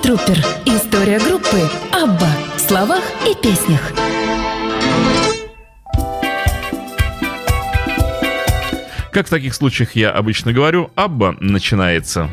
Труппер. История группы Абба в словах и песнях. Как в таких случаях я обычно говорю, Абба начинается.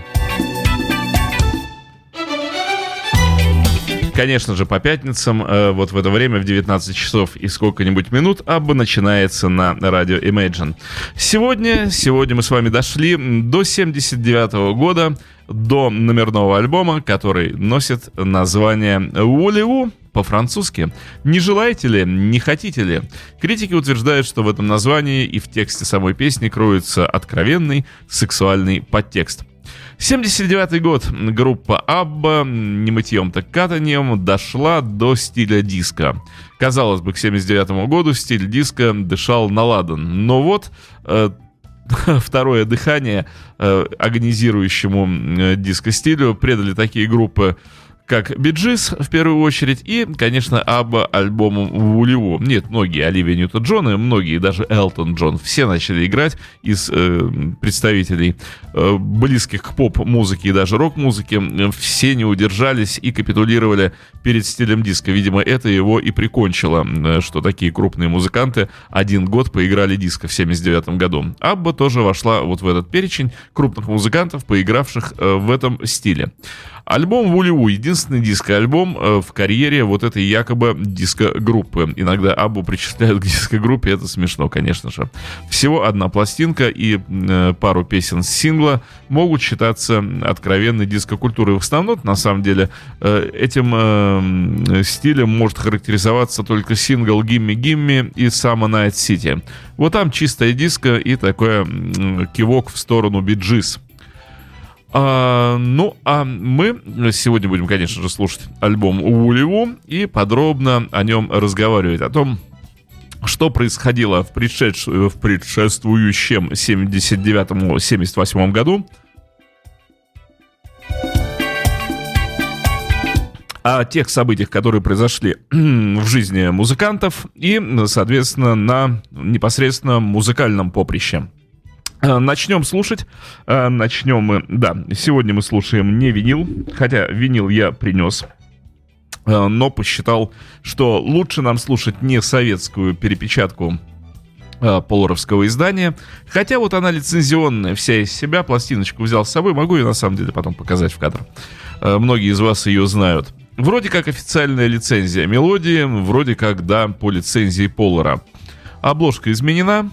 Конечно же, по пятницам, вот в это время, в 19 часов и сколько-нибудь минут, Абба начинается на радио Imagine. Сегодня мы с вами дошли до 79 года, до номерного альбома, который носит название «Voulez-vous?» по-французски. Не желаете ли, не хотите ли? Критики утверждают, что в этом названии и в тексте самой песни кроется откровенный сексуальный подтекст. 79-й год. Группа Абба не мытьем, так катаньем дошла до стиля диско. Казалось бы, к 79-му году стиль диско дышал на ладан. Но вот второе дыхание агонизирующему диско-стилю придали такие группы, как Bee Gees, в первую очередь, и, конечно, Абба альбомом «Voulez-vous». Нет, многие, Оливия Ньютон-Джон, многие, даже Элтон Джон, все начали играть из представителей близких к поп-музыке и даже рок-музыке, все не удержались и капитулировали перед стилем диско. Видимо, это его и прикончило, что такие крупные музыканты один год поиграли диско в 79 году. Абба тоже вошла вот в этот перечень крупных музыкантов, поигравших в этом стиле. Альбом «Voulez-vous» — единственный диско-альбом в карьере вот этой якобы диско-группы. Иногда Аббу причисляют к диско-группе, это смешно, конечно же. Всего одна пластинка и пару песен с сингла могут считаться откровенной диско-культурой. В основном, на самом деле, этим стилем может характеризоваться только сингл «Gimme Gimme» и «Summer Night City». Вот там чистая диско и такой кивок в сторону Bee Gees. А мы сегодня будем, конечно же, слушать альбом «Voulez-vous» и подробно о нем разговаривать, о том, что происходило в предшествующем 79-78 году, о тех событиях, которые произошли в жизни музыкантов и, соответственно, на непосредственно музыкальном поприще. Начнем слушать. Начнем мы... Да, сегодня мы слушаем не винил, хотя винил я принес, но посчитал, что лучше нам слушать не советскую перепечатку поларовского издания, хотя вот она лицензионная, вся из себя, пластиночку взял с собой, могу ее на самом деле потом показать в кадр. Многие из вас ее знают. Вроде как официальная лицензия мелодии, вроде как, да, по лицензии Полара. Обложка изменена.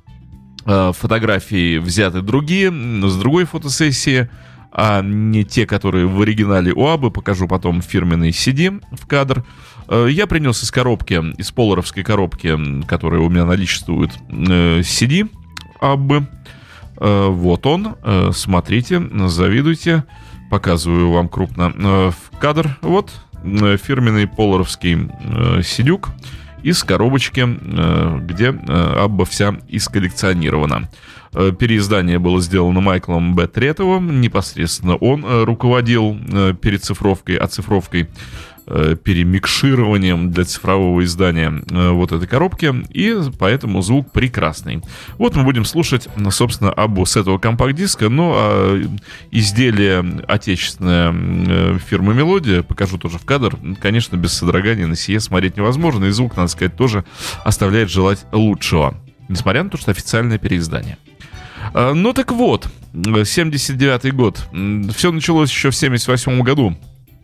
Фотографии взяты другие, с другой фотосессии, а не те, которые в оригинале у Аббы. Покажу потом фирменный CD в кадр. Я принес из коробки, из поларовской коробки, которая у меня наличествует, CD Аббы. Вот он, смотрите, завидуйте. Показываю вам крупно в кадр. Вот фирменный поларовский CD-юк из коробочки, где Абба вся исколлекционирована. Переиздание было сделано Майклом Б. Третовым. Непосредственно он руководил перецифровкой, оцифровкой, перемикшированием для цифрового издания вот этой коробки, и поэтому звук прекрасный. Вот мы будем слушать, собственно, Аббу с этого компакт-диска, но изделие отечественная фирмы «Мелодия», покажу тоже в кадр, конечно, без содрогания на сие смотреть невозможно, и звук, надо сказать, тоже оставляет желать лучшего, несмотря на то, что официальное переиздание. Ну так вот, 79-й год. Все началось еще в 78 году.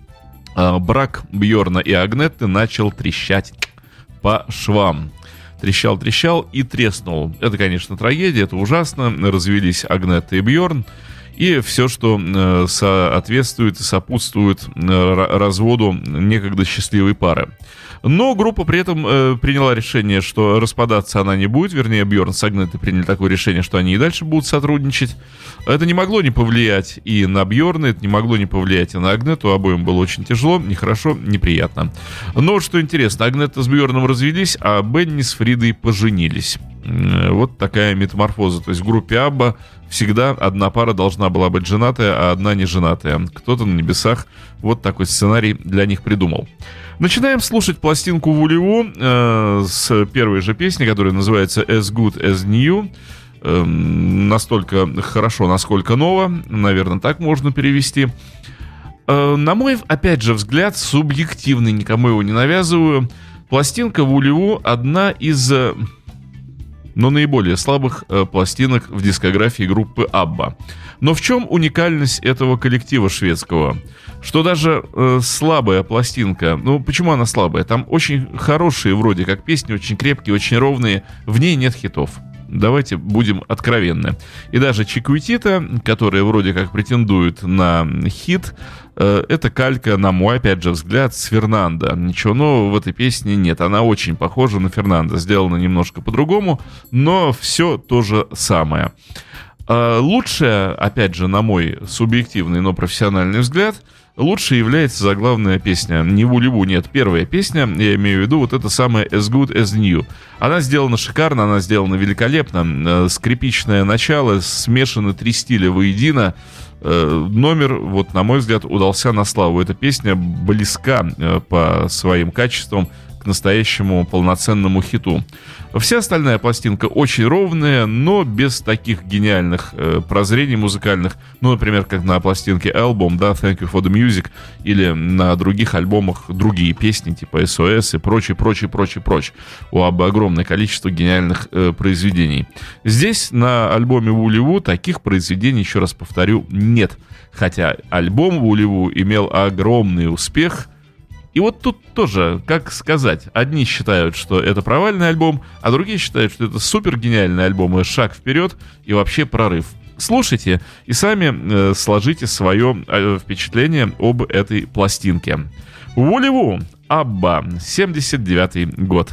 Брак Бьорна и Агнетты начал трещать по швам. Трещал и треснул. Это, конечно, трагедия, это ужасно. Развелись Агнетта и Бьорн. И все, что соответствует и сопутствует разводу некогда счастливой пары. Но группа при этом приняла решение, что распадаться она не будет. Вернее, Бьорн с Агнеттой приняли такое решение, что они и дальше будут сотрудничать. Это не могло не повлиять и на Бьорна, это не могло не повлиять и на Агнетту. Обоим было очень тяжело, нехорошо, неприятно. Но вот что интересно, Агнетта с Бьорном развелись, а Бенни с Фридой поженились. Вот такая метаморфоза. То есть в группе Абба всегда одна пара должна была быть женатая, а одна не женатая. Кто-то на небесах вот такой сценарий для них придумал. Начинаем слушать пластинку «Voulez-vous» с первой же песни, которая называется «As Good As New». Настолько хорошо, насколько ново, наверное, так можно перевести. На мой, опять же, взгляд, субъективный, никому его не навязываю, пластинка «Вулеву» одна из, наиболее слабых пластинок в дискографии группы Абба. Но в чем уникальность этого коллектива шведского? Что даже слабая пластинка, почему она слабая? Там очень хорошие вроде как песни, очень крепкие, очень ровные, в ней нет хитов. Давайте будем откровенны. И даже «Чикуитита», которая вроде как претендует на хит, это калька, на мой, опять же, взгляд, с Фернандо. Ничего нового в этой песне нет. Она очень похожа на Фернандо. Сделана немножко по-другому, но все то же самое. Лучшая, опять же, на мой субъективный, но профессиональный взгляд, лучше является заглавная песня. Не «Вулеву», нет, первая песня, я имею в виду вот эта самая «As Good As New». Она сделана шикарно, она сделана великолепно. Скрипичное начало, смешаны 3 стиля воедино. Номер, вот на мой взгляд, удался на славу. Эта песня близка по своим качествам к настоящему полноценному хиту. Вся остальная пластинка очень ровная, но без таких гениальных прозрений музыкальных, например, как на пластинке Album, да, Thank You For The Music, или на других альбомах другие песни, типа SOS и прочее. У Аббы огромное количество гениальных произведений. Здесь, на альбоме «Вулеву», таких произведений, еще раз повторю, нет. Хотя альбом «Вулеву» имел огромный успех. И вот тут тоже, как сказать, одни считают, что это провальный альбом, а другие считают, что это супер гениальный альбом и шаг вперед, и вообще прорыв. Слушайте и сами сложите свое впечатление об этой пластинке. «Вулеву», Абба, 79-й год.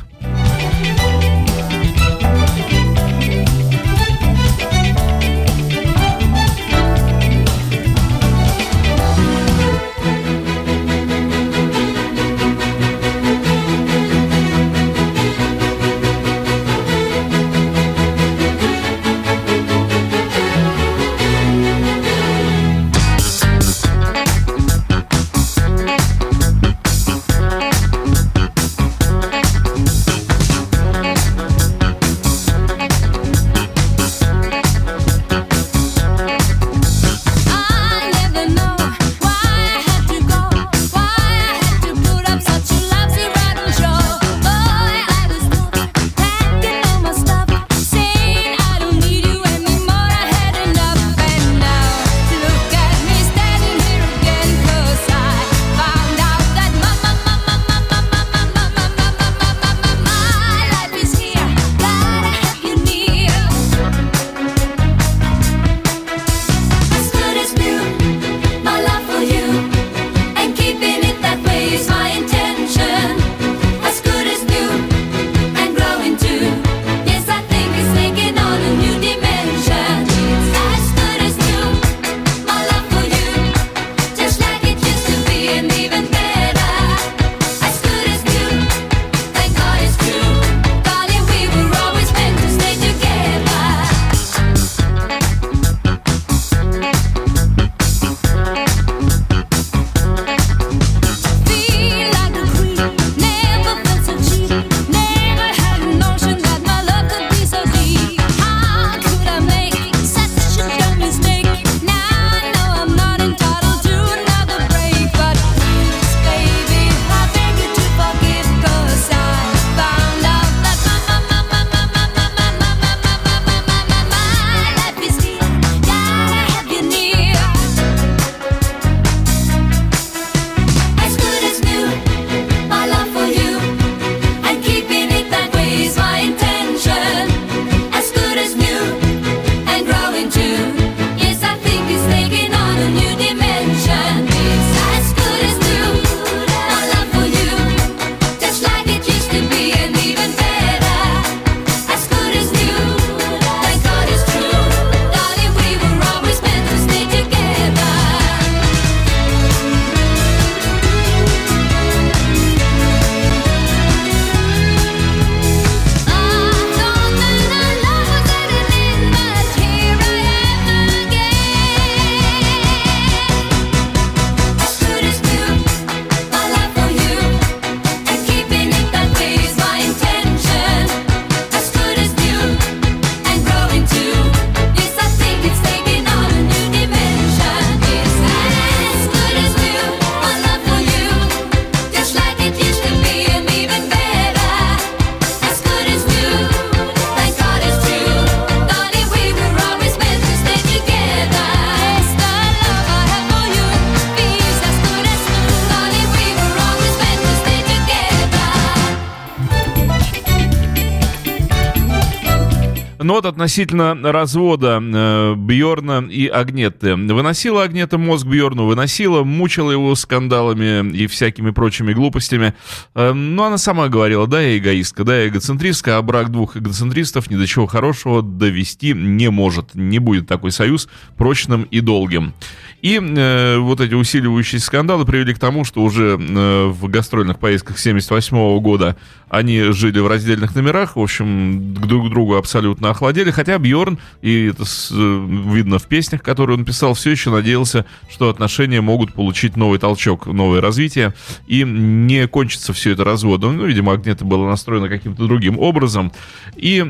Но вот относительно развода Бьорна и Агнетты. Выносила Агнета мозг Бьорну, выносила, мучила его скандалами и всякими прочими глупостями. Но она сама говорила, да, я эгоистка, да, я эгоцентристка, а брак двух эгоцентристов ни до чего хорошего довести не может. Не будет такой союз прочным и долгим. И вот эти усиливающиеся скандалы привели к тому, что уже в гастрольных поездках 1978 года они жили в раздельных номерах, в общем, друг к другу абсолютно охладели, хотя Бьорн, и это видно в песнях, которые он писал, все еще надеялся, что отношения могут получить новый толчок, новое развитие, и не кончится все это разводом. Ну, видимо, Агнета была настроена каким-то другим образом. И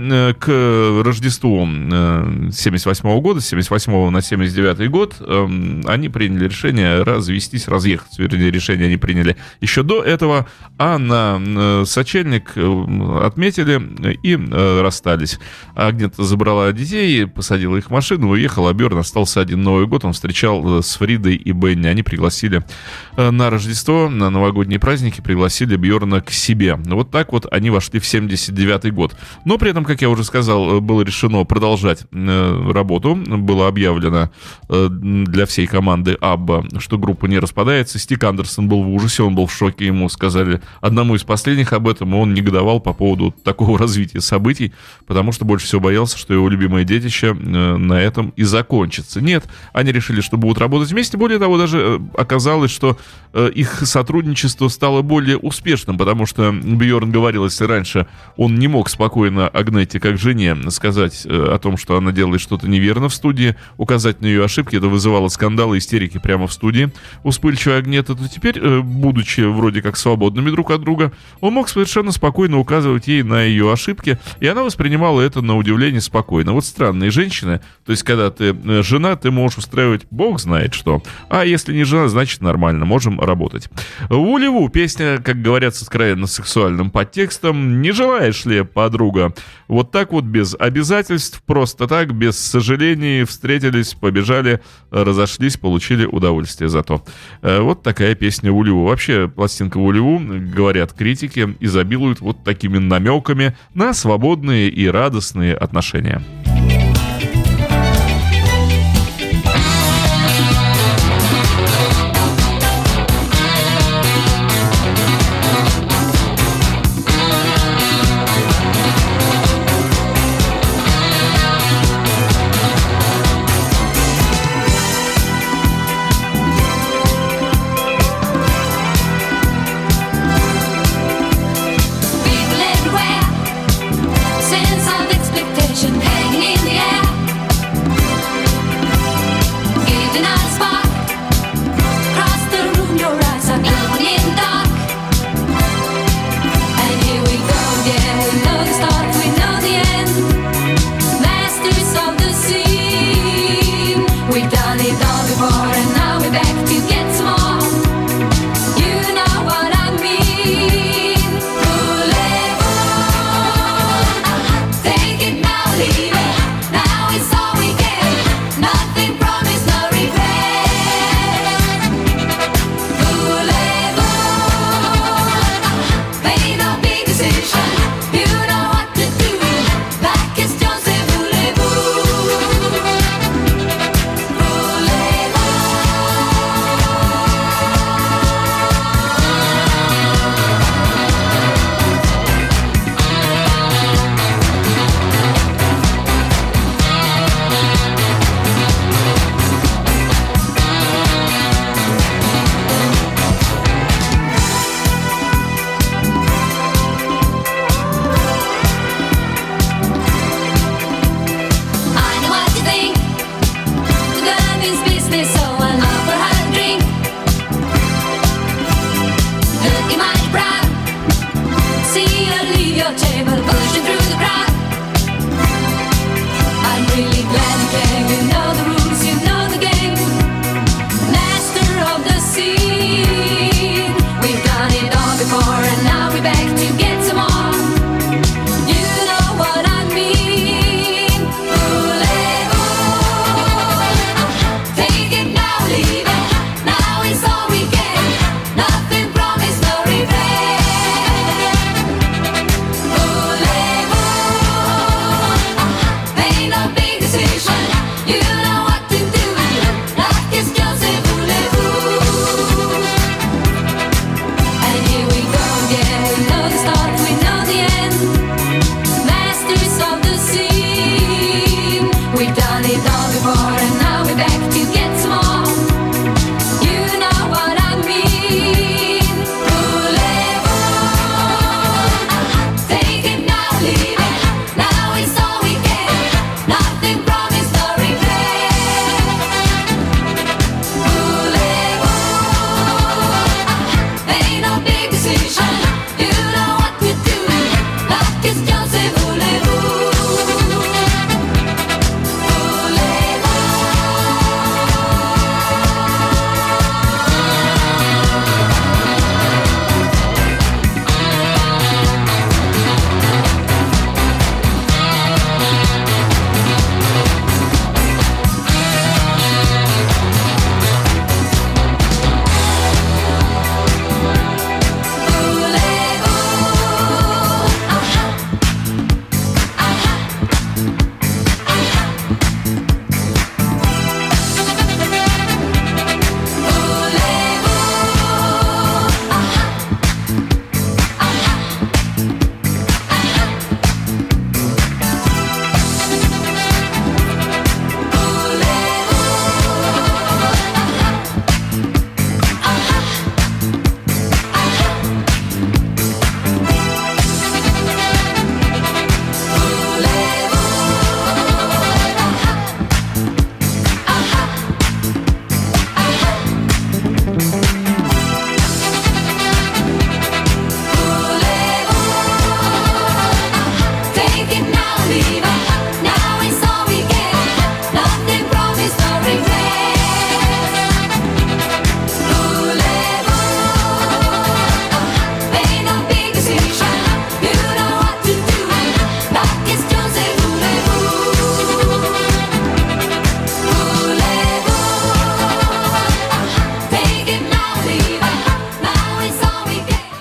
к Рождеству 1978 года, с 1978 на 1979 год, они приняли решение развестись, разъехаться. Вернее, решение они приняли еще до этого, а на сочельник отметили и расстались. Агнета забрала детей, посадила их в машину, уехала, а Бьорн остался один. Новый год он встречал с Фридой и Бенни. Они пригласили на Рождество, на новогодние праздники, пригласили Бьорна к себе. Вот так вот они вошли в 1979 год. Но при этом, как я уже сказал, было решено продолжать работу. Было объявлено для всей команды Абба, что группа не распадается. Стик Андерсон был в ужасе, он был в шоке. Ему сказали одному из последних об этом, и он негодовал по поводу такого развития событий, потому что больше всего боялся, что его любимое детище на этом и закончится. Нет, они решили, что будут работать вместе. Более того, даже оказалось, что их сотрудничество стало более успешным, потому что Бьорн говорил, если раньше он не мог спокойно Агнете, как жене, сказать о том, что она делает что-то неверно в студии, указать на ее ошибки, это вызывало скандалы, истерики прямо в студии у вспыльчивой Агнеты, то теперь, будучи вроде как свободными друг от друга, он мог совершенно спокойно указывать ей на ее ошибки, и она воспринимала это на удивление спокойно. Вот странные женщины, то есть когда ты жена, ты можешь устраивать бог знает что, а если не жена, значит нормально, можем работать. Ву-ли-ву, песня, как говорят, с откровенно сексуальным подтекстом. Не желаешь ли, подруга? Вот так вот, без обязательств, просто так, без сожалений, встретились, побежали, разошлись, получили удовольствие зато. Вот такая песня Ву-ли-ву. Вообще, пластинка Ву-ли-ву, говорят критики, изобилует вот такими намеками на свободные и радостные отношения.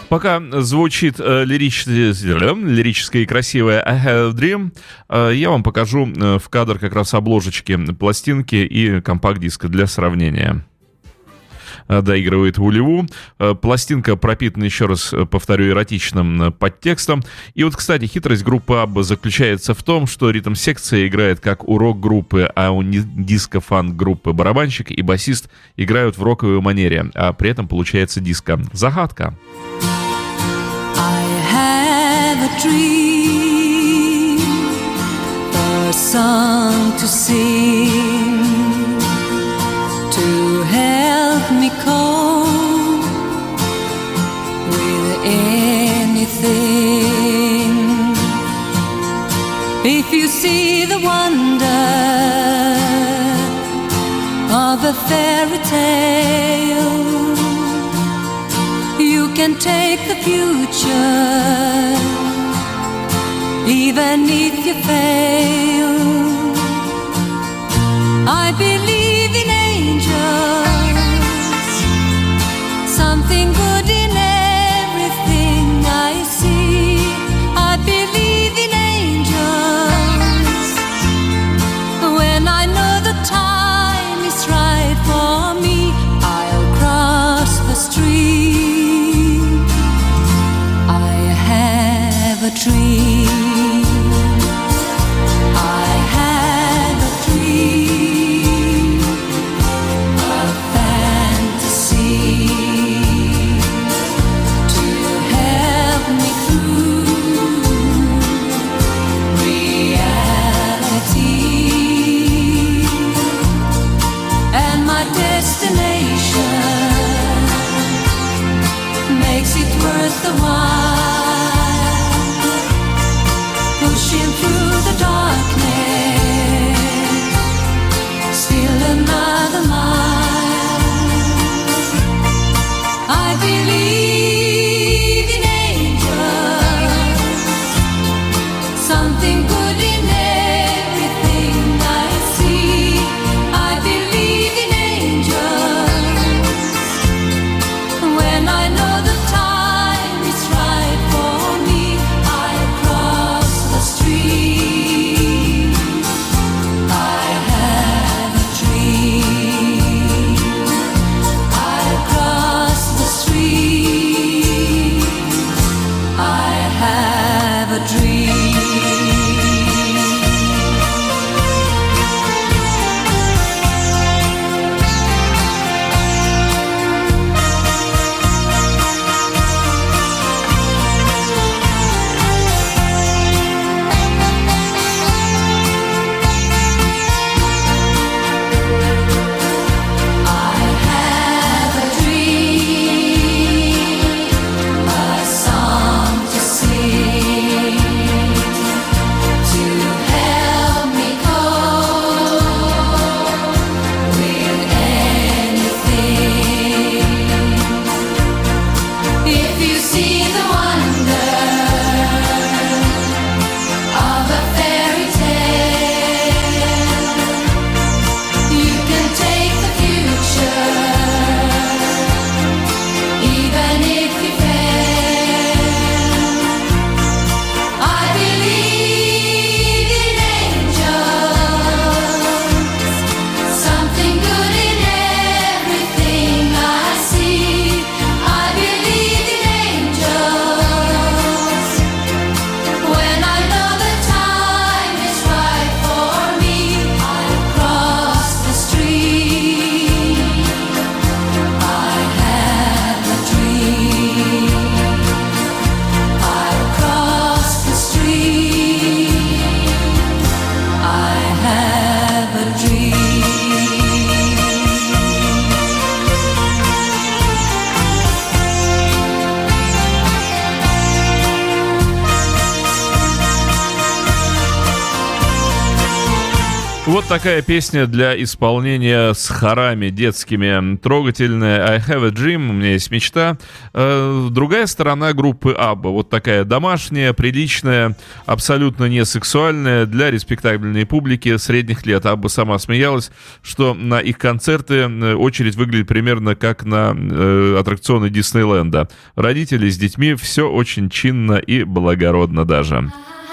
Пока звучит лирическое и красивое I Have a Dream, я вам покажу в кадр как раз обложечки пластинки и компакт-диска для сравнения. Доигрывает Вулли-Ву. Пластинка пропитана, еще раз повторю, эротичным подтекстом. И вот, кстати, хитрость группы ABBA заключается в том, что ритм-секция играет как у рок-группы, а у диско-фанк-группы барабанщик и басист играют в роковой манере, а при этом получается диско. Загадка. I have a dream, a song to sing, to help me cope with anything. If you see the wonder of a fairy tale, you can take the future, even if you fail. I believe in angels, something good in everything I see. I believe in angels, when I know the time is right for me, I'll cross the street. I have a dream, I have a dream. Вот такая песня для исполнения с хорами детскими. Трогательная «I have a dream», «У меня есть мечта». Другая сторона группы ABBA. Вот такая домашняя, приличная, абсолютно не сексуальная, для респектабельной публики средних лет. ABBA сама смеялась, что на их концерты очередь выглядит примерно как на аттракционы Диснейленда. Родители с детьми, все очень чинно и благородно даже.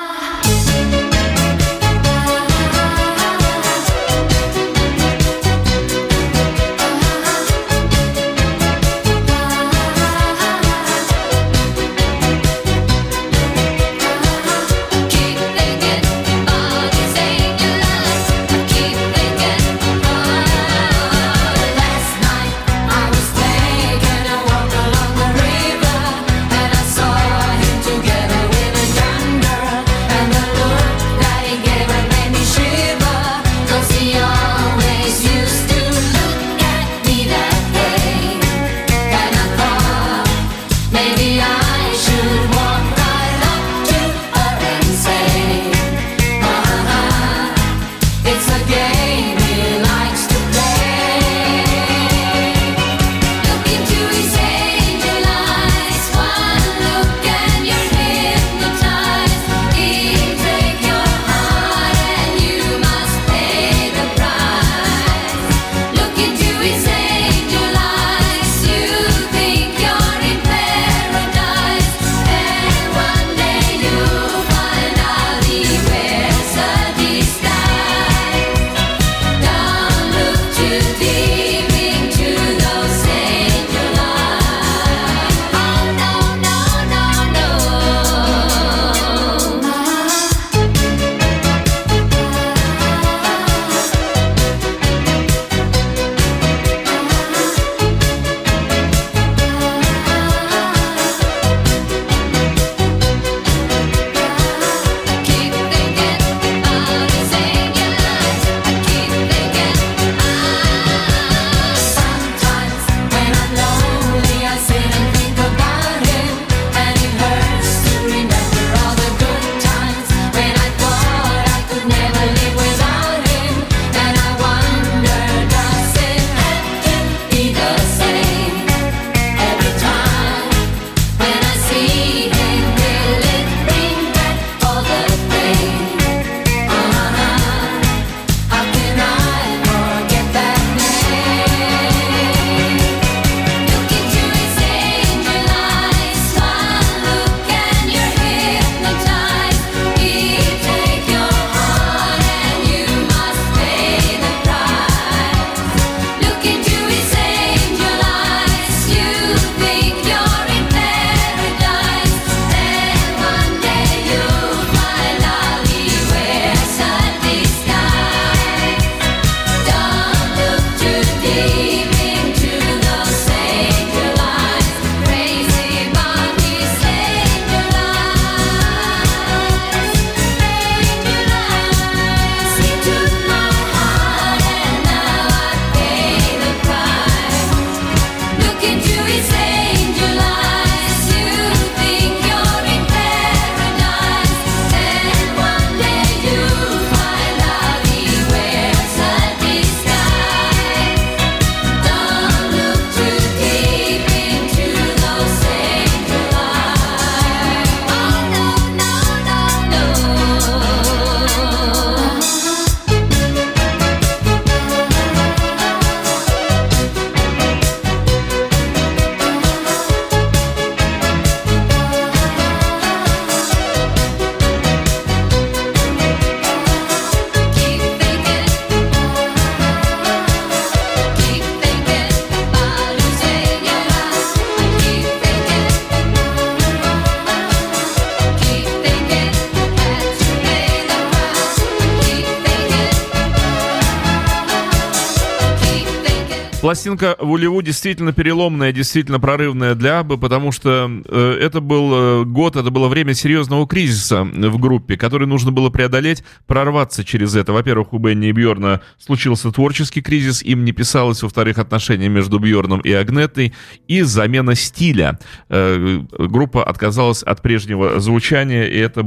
Пластинка «Вулеву» действительно переломная, действительно прорывная для Аббы, потому что это был год, это было время серьезного кризиса в группе, который нужно было преодолеть, прорваться через это. Во-первых, у Бенни и Бьорна случился творческий кризис, им не писалось, во-вторых, отношения между Бьорном и Агнетой, и замена стиля. Группа отказалась от прежнего звучания, и это было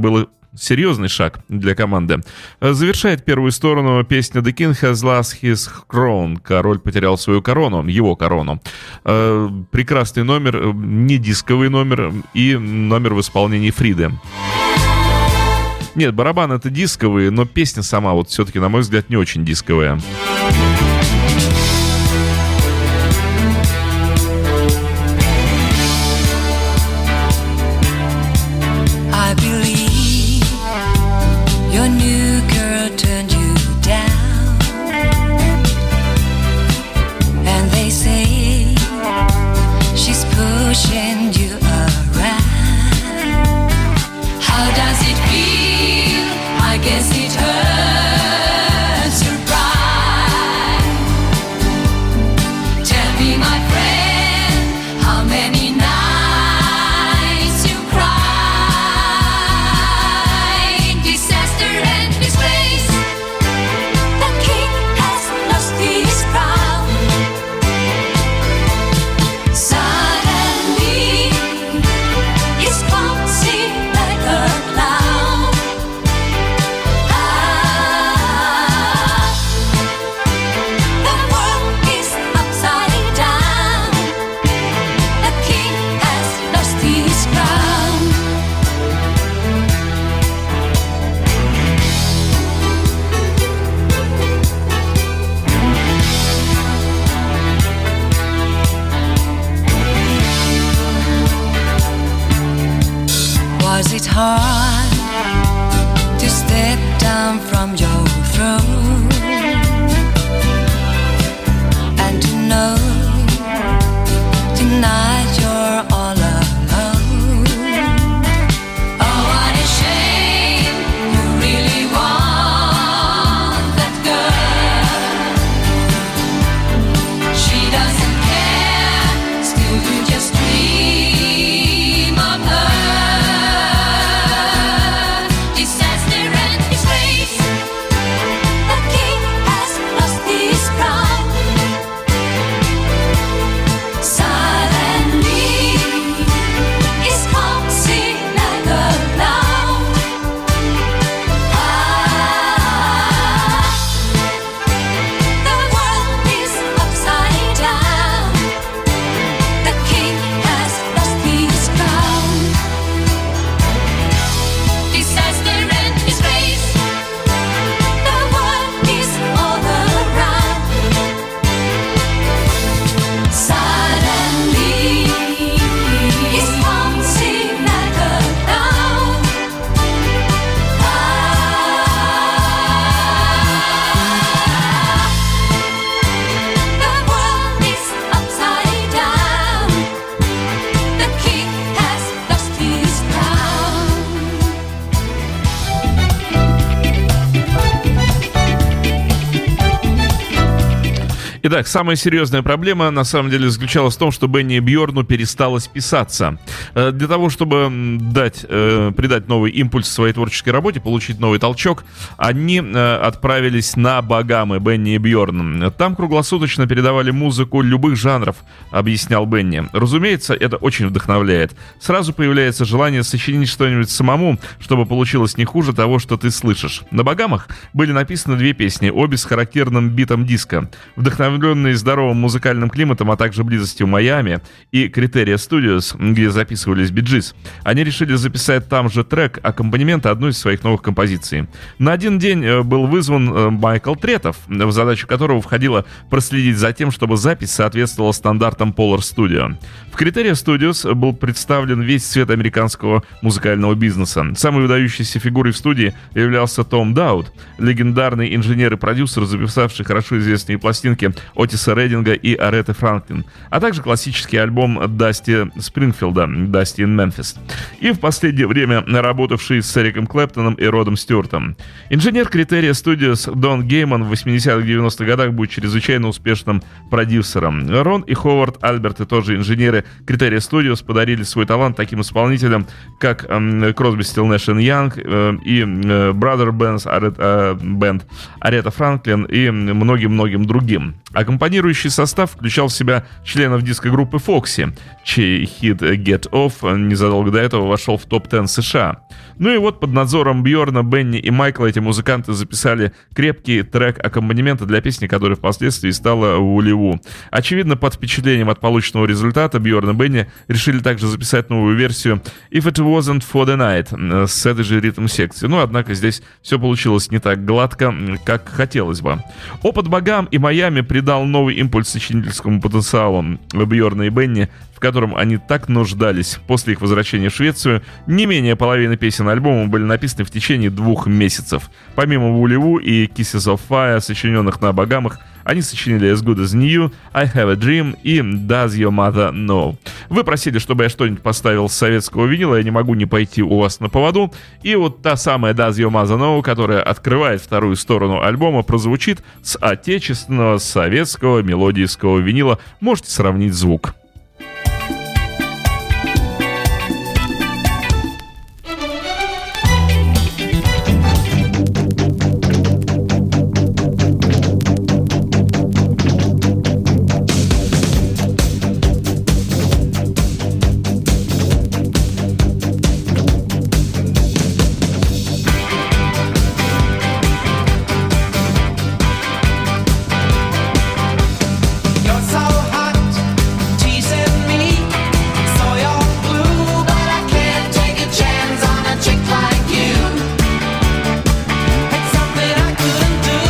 серьезный шаг для команды. Завершает первую сторону песня «The King has lost his crown». Король потерял свою корону, его корону. Прекрасный номер, не дисковый номер и номер в исполнении Фриды. Нет, барабан это дисковые, но песня сама вот все-таки, на мой взгляд, не очень дисковая. I believe your new girl turned you down, and they say she's pushing you around. How does it feel? I guess it hurts your pride. Tell me, my friend, how many nights you cried? Disaster and disgrace. The king has lost his crown. Suddenly, he's clumsy like a clown. The world is upside down. The king has lost his crown. Was it hard to step down from your throne and to know tonight you're all alone? Oh, what a shame, you really want that girl. She doesn't care, still you just dream of her. Disaster and disgrace. The king has lost his crown. Suddenly, he's clumsy like a clown. The world is upside down. The king has lost his crown. Disaster and disgrace. The world is all around. Suddenly, he's clumsy like a clown. The world is upside down. The king has lost his crown. Итак, самая серьезная проблема на самом деле заключалась в том, что Бенни и Бьорну перестало списаться. Для того, чтобы придать новый импульс своей творческой работе, получить новый толчок, они отправились на Багамы, Бенни и Бьорн. Там круглосуточно передавали музыку любых жанров, объяснял Бенни. Разумеется, это очень вдохновляет. Сразу появляется желание сочинить что-нибудь самому, чтобы получилось не хуже того, что ты слышишь. На Багамах были написаны 2 песни, обе с характерным битом диска. Вдохновленные здоровым музыкальным климатом, а также близостью Майами и Criteria Studios, где записывались Bee Gees, они решили записать там же трек аккомпанемента одной из своих новых композиций. На один день был вызван Майкл Третов, в задачу которого входило проследить за тем, чтобы запись соответствовала стандартам Polar Studio. В Criteria Studios был представлен весь цвет американского музыкального бизнеса. Самой выдающейся фигурой в студии являлся Том Дауд, легендарный инженер и продюсер, записавший хорошо известные пластинки Отиса Реддинга и Ареты Франклин, а также классический альбом Дасти Спрингфилда «Dusty in Memphis», и в последнее время работавший с Эриком Клэптоном и Родом Стюартом. Инженер Criteria Studios Дон Гейман в 80-х 90-х годах будет чрезвычайно успешным продюсером. Рон и Ховард Альберт, и тоже инженеры Criteria Studios, подарили свой талант таким исполнителям, как Кросби, Стилл, Нэш и Янг и Brother Band, Арета Франклин и многим-многим другим. Аккомпанирующий состав включал в себя членов диско-группы Foxy, чей хит Get Off незадолго до этого вошел в топ-10 США. Ну и вот под надзором Бьорна, Бенни и Майкла эти музыканты записали крепкий трек аккомпанемента для песни, которая впоследствии стала «Вулли-Ву». Очевидно, под впечатлением от полученного результата Бьорн и Бенни решили также записать новую версию «If It Wasn't For The Night» с этой же ритм-секцией. Но, однако, здесь все получилось не так гладко, как хотелось бы. Опыт Багам и Майами придал новый импульс сочинительскому потенциалу Бьорна и Бенни, в котором они так нуждались. После их возвращения в Швецию не менее половины песен альбома были написаны в течение 2 месяцев. Помимо «Вулли-Ву» и «Kisses of Fire», сочиненных на Багамах, они сочинили «As Good As New», «I Have a Dream» и «Does Your Mother Know». Вы просили, чтобы я что-нибудь поставил с советского винила, я не могу не пойти у вас на поводу. И вот та самая «Does Your Mother Know», которая открывает вторую сторону альбома, прозвучит с отечественного советского мелодийского винила. Можете сравнить звук. You're so hot, teasing me. So you're blue, but I can't take a chance on a chick like you. It's something I couldn't do.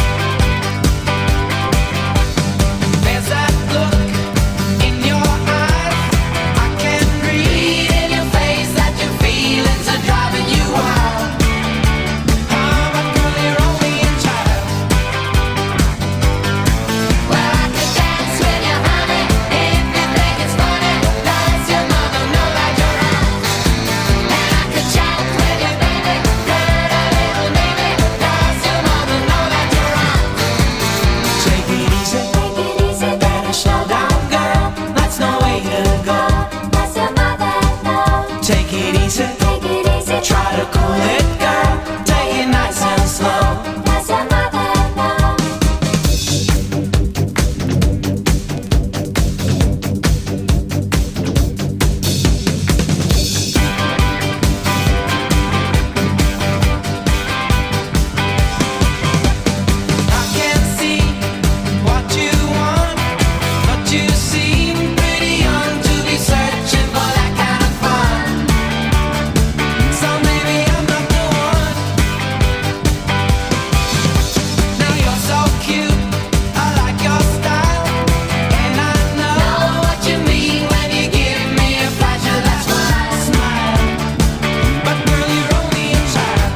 There's that look in your eyes, I can read in your face that your feelings are driving you wild. But girl, you're only a child. Well, I could dance with you, honey, if you think it's funny. Does your mother know that you're out? And I could chat with you, baby, flirt a little, maybe. Does your mother know that you're out? Take it easy, better slow down, girl. That's no way to go. Does your mother know? Take it easy, try to cool it, girl. Take it nice and slow. Does your mother know? I can see what you want, but you seem pretty young to be searching for that kind of fun. So maybe I'm not the one. Now you're so cute, I like your style, and I know what you mean when you give me a flash of that smile. But girl, you're only a child.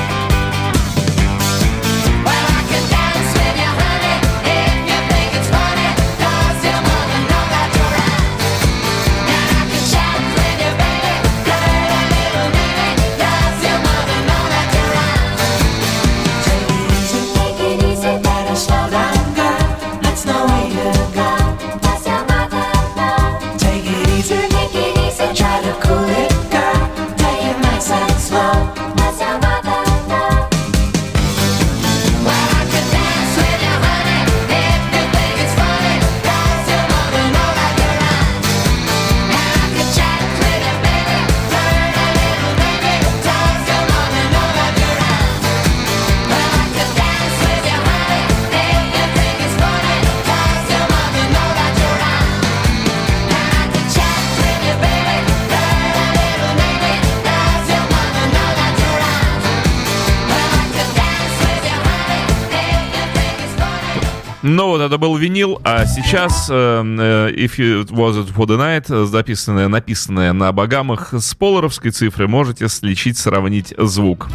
Well, I could dance with you, honey, if you think it's funny. Does your mother know that you're out? And I could chat with you, baby, flirt a little, maybe. Does your mother know that you're out? Take it easy, better slow down, girl. That's no way to go. Does your mother know? Take it easy, try to cool it, girl. Take it nice and slow. Does your mother know? Well, I could dance with you, honey, if you think it's funny. Does your mother know that you're out? And I could chat with you, baby, flirt a little, maybe. Does your mother know that you're out? Well, I could dance with you, honey, if you think it's funny. Does your mother know that you're out? And I could chat with you, baby, flirt a little, maybe. Does your mother know that you're out? Well, I could dance with you, honey, if you think it's funny. Ну вот это был винил, а сейчас If It Wasn't For The Night, написанное на Багамах с поларовской цифры, можете сличить, сравнить звук.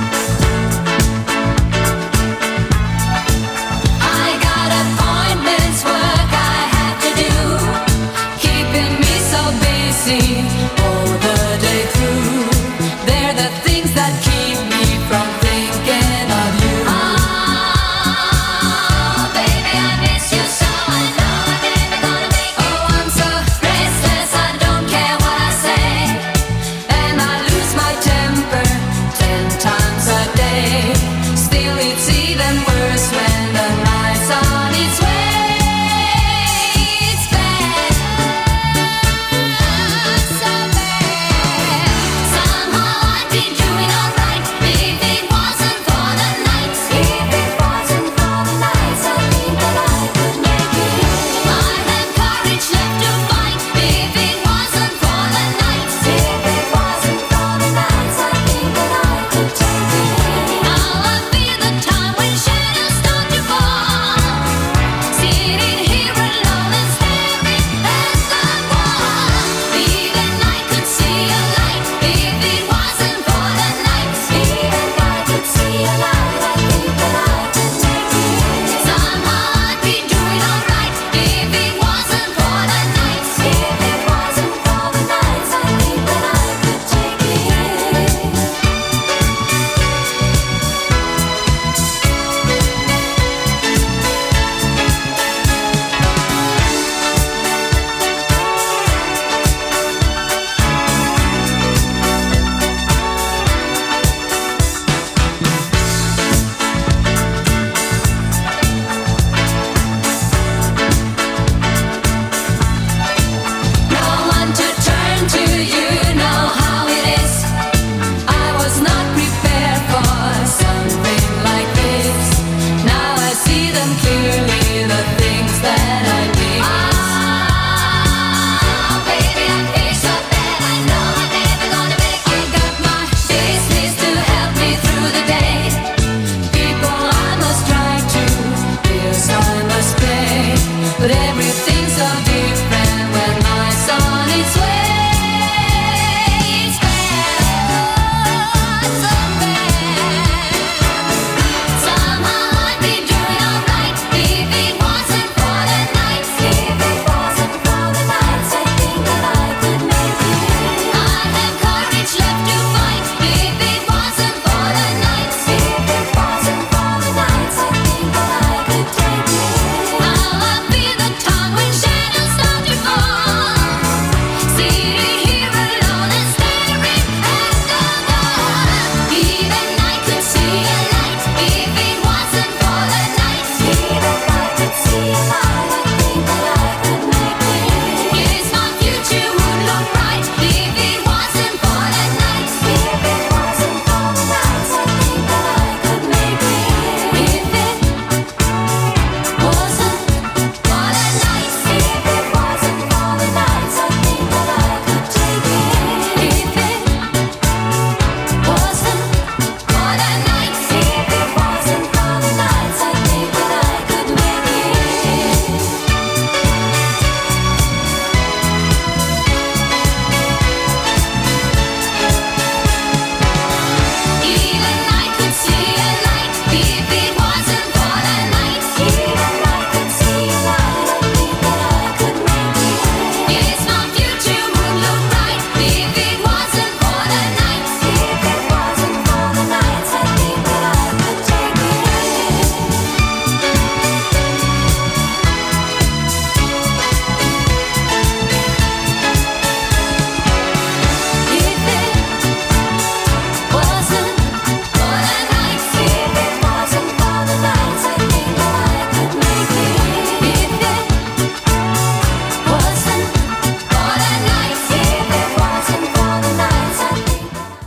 I got appointments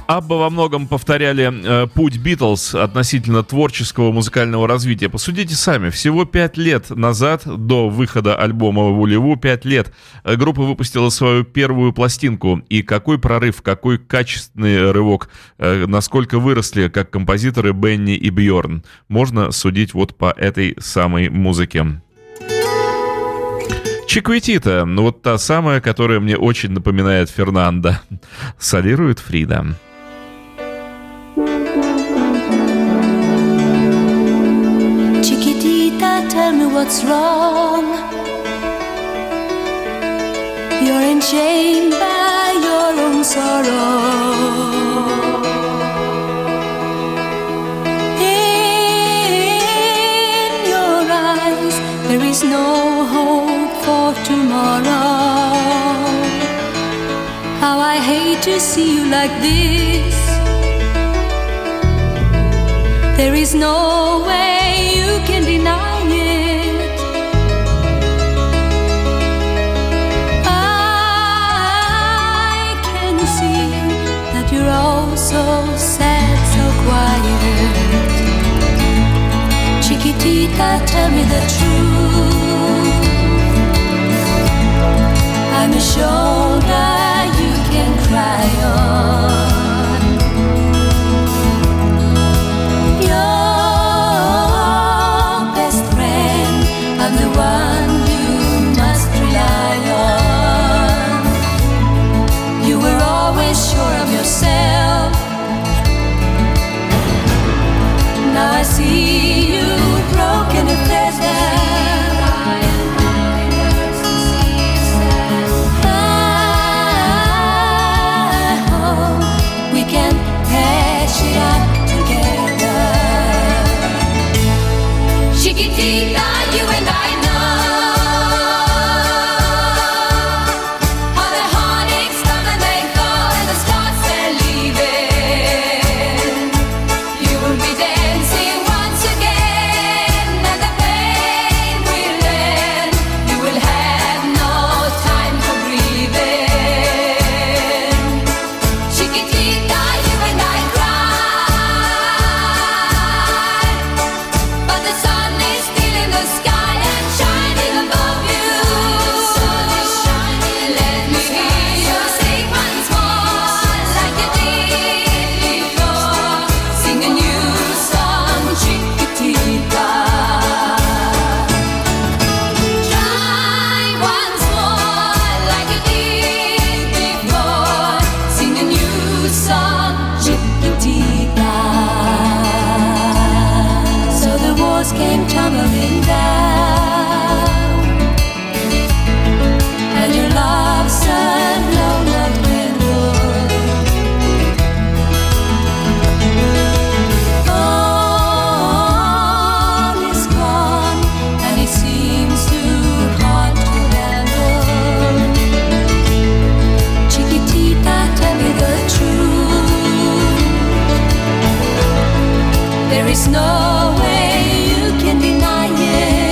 Абба во многом повторяли путь Битлз относительно творческого музыкального развития. Посудите сами, всего 5 лет назад, до выхода альбома «Вулеву», 5 лет, группа выпустила свою первую пластинку. И какой прорыв, какой качественный рывок, насколько выросли как композиторы Бенни и Бьорн, можно судить вот по этой самой музыке. Чиквитита, ну вот та самая, которая мне очень напоминает Фернандо. Солирует Фрида. Chiquitita, tell me what's wrong. You're enchained by your own sorrow. In your eyes, there is no hope for tomorrow. How I hate to see you like this. There is no way you can deny it. I can see that you're all so sad, so quiet. Chiquitita, tell me the truth. I'm a shoulder you can cry on. I'm the one you must rely on. You were always sure of yourself. Now I see you broken and pleasant. I hope we can patch it up together. Chiquitita, you and I know how the heartaches come and they go and the stars they're leaving. You will be dancing once again and the pain will end. You will have no time for breathing. Chiquitita, you and I cry, but the sun is still in the sky and shining above you. Let me hear you sing once more like you did before. Sing a new song, Chiquitita. Try once more like you did before. Sing a new song, Chiquitita. So the walls came tumbling down, and your love said no, not dwindled. All is gone, and it seems too hard to handle. Chiquitita, tell me the truth. There is no way you can deny it.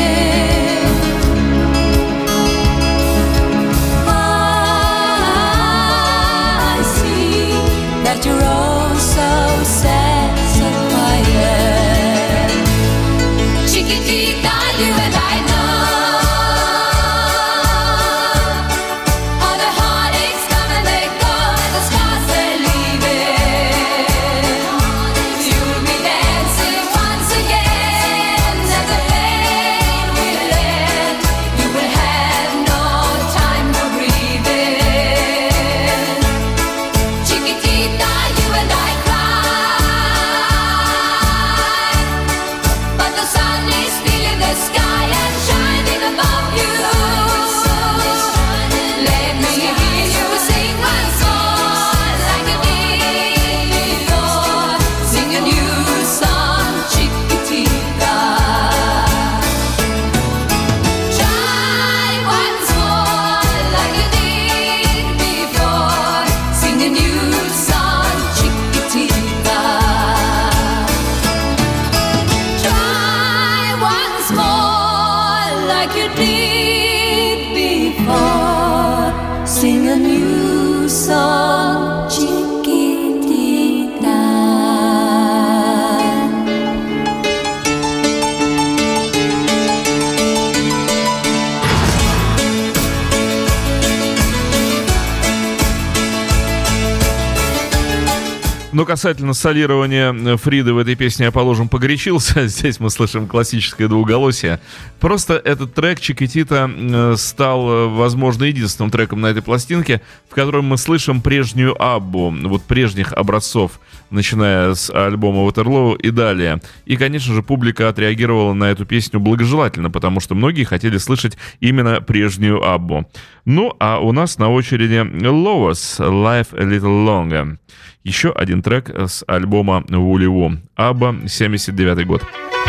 I see that you're all so sad, so quiet. Chiquitita, you and I know how the heartaches come and they go and the scars they're leaving. You'll be dancing once again and the pain will end. You will have no time for breathing. Chiquitita, you and I cry, Но касательно солирования Фриды в этой песне я, положим, погорячился. Здесь мы слышим классическое двуголосие. Просто этот трек Чикатито стал, возможно, единственным треком на этой пластинке, в котором мы слышим прежнюю Аббу, вот прежних образцов, начиная с альбома Waterloo и далее. И, конечно же, публика отреагировала на эту песню благожелательно, потому что многие хотели слышать именно прежнюю Аббу. Ну, а у нас на очереди Lois, Life a Little Longer. Еще один трек с альбома Вулли-Ву. Абба, 79 год.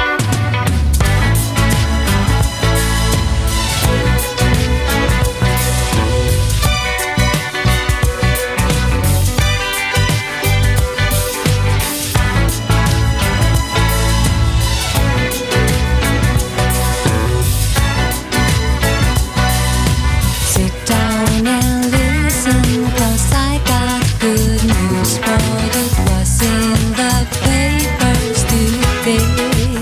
Sit down and listen, 'cause I got good news for you. What's in the papers today?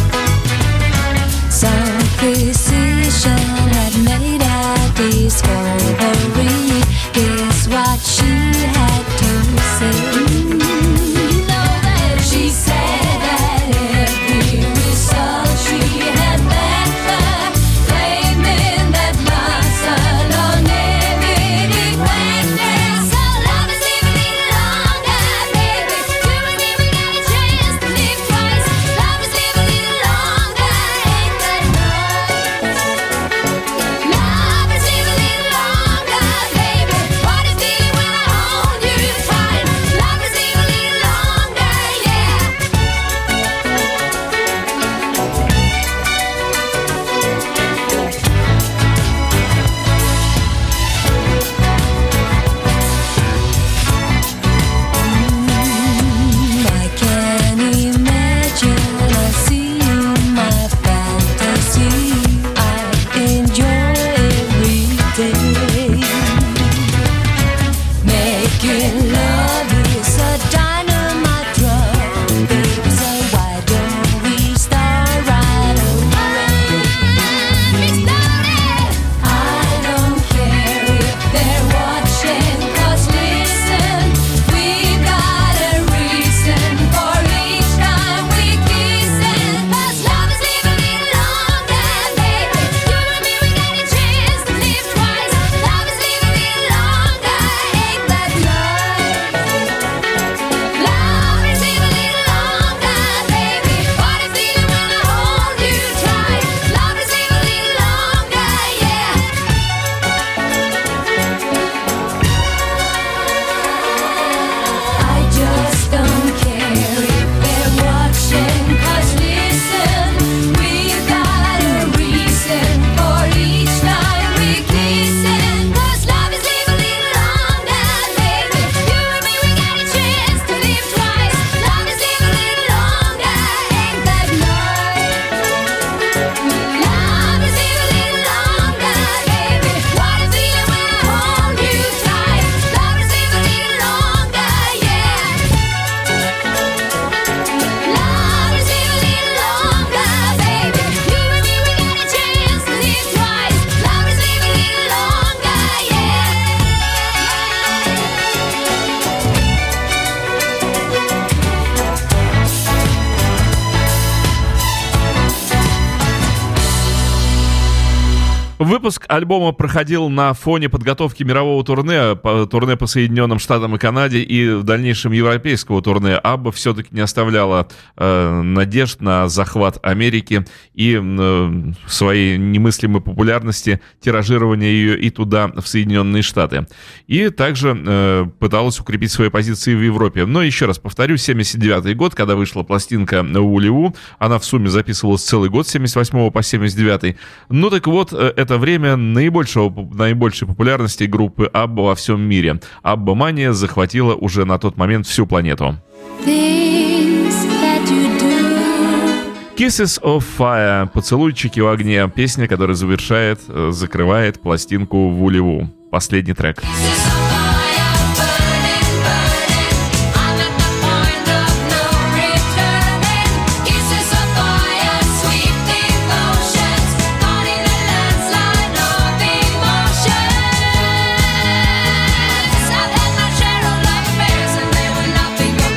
Some physician had made a discovery. Guess what she had to say? You know that she said that every result she had met her, claiming that love's alone every practice. So love is living a little longer, baby. You and me, we got a chance to live twice. Love is living a little longer, ain't that nice? Love is living a little longer, baby. What is feeling when I hold you tight? Love is living a little longer, yeah. I can imagine I see my fantasy. I enjoy every day. Making love is a dynamite drug, baby. So why don't we start right away? I don't care if they're watching, 'cause listen, we got a reason for each time we kissing. 'Cause love is living a little longer, baby. You and me, we got a chance to live twice. Love is living a little longer, ain't that nice? Love is living a little longer, baby. What is feeling when I hold you tight? Love is living a little longer, yeah. I just don't care if they're watching, 'cause listen, we've got a reason for each time we kissing. 'Cause love is living a little longer, baby. You and me, we got a chance to live twice. Love is living a little longer, ain't that nice? Love is living a little longer, baby. What a feeling when I hold you tight. Love is living a little longer, yeah. Love is living a little longer, baby. You and me, we got a chance to live twice. Love is living a little longer, yeah. Выпуск альбома проходил на фоне подготовки мирового турне по Соединенным Штатам и Канаде и в дальнейшем европейского турне. Абба все-таки не оставляла надежд на захват Америки и своей немыслимой популярности тиражирования ее и туда, в Соединенные Штаты. И также пыталась укрепить свои позиции в Европе. Но еще раз повторю, 79 год, когда вышла пластинка Вулли-Ву, она в сумме записывалась целый год, с 78 по 79. Ну так вот, это время наибольшей популярности группы Абба во всем мире. Абба-мания захватила уже на тот момент всю планету. Things that you do. Kisses of Fire, поцелуйчики в огне, песня, которая закрывает пластинку Вулли-Ву. Последний трек. I've had my share of love affairs and they were nothing but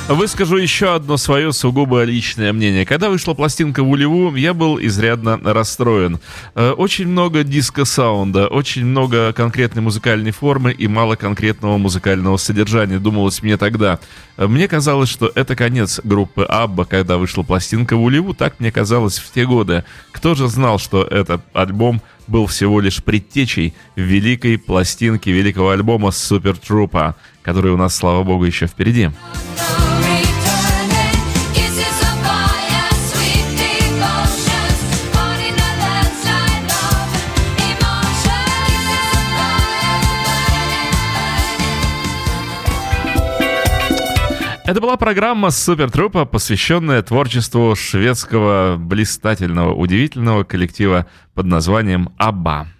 Выскажу еще одно свое сугубо личное мнение. Когда вышла пластинка «Вулеву», я был изрядно расстроен. Очень много диско-саунда, очень много конкретной музыкальной формы и мало конкретного музыкального содержания, думалось мне тогда. Мне казалось, что это конец группы Абба, когда вышла пластинка «Вулеву», так мне казалось в те годы. Кто же знал, что этот альбом был всего лишь предтечей великой пластинки, великого альбома «Супер Трупа», который у нас, слава богу, еще впереди. Это была программа «Супер Трупа», посвященная творчеству шведского блистательного, удивительного коллектива под названием «Абба».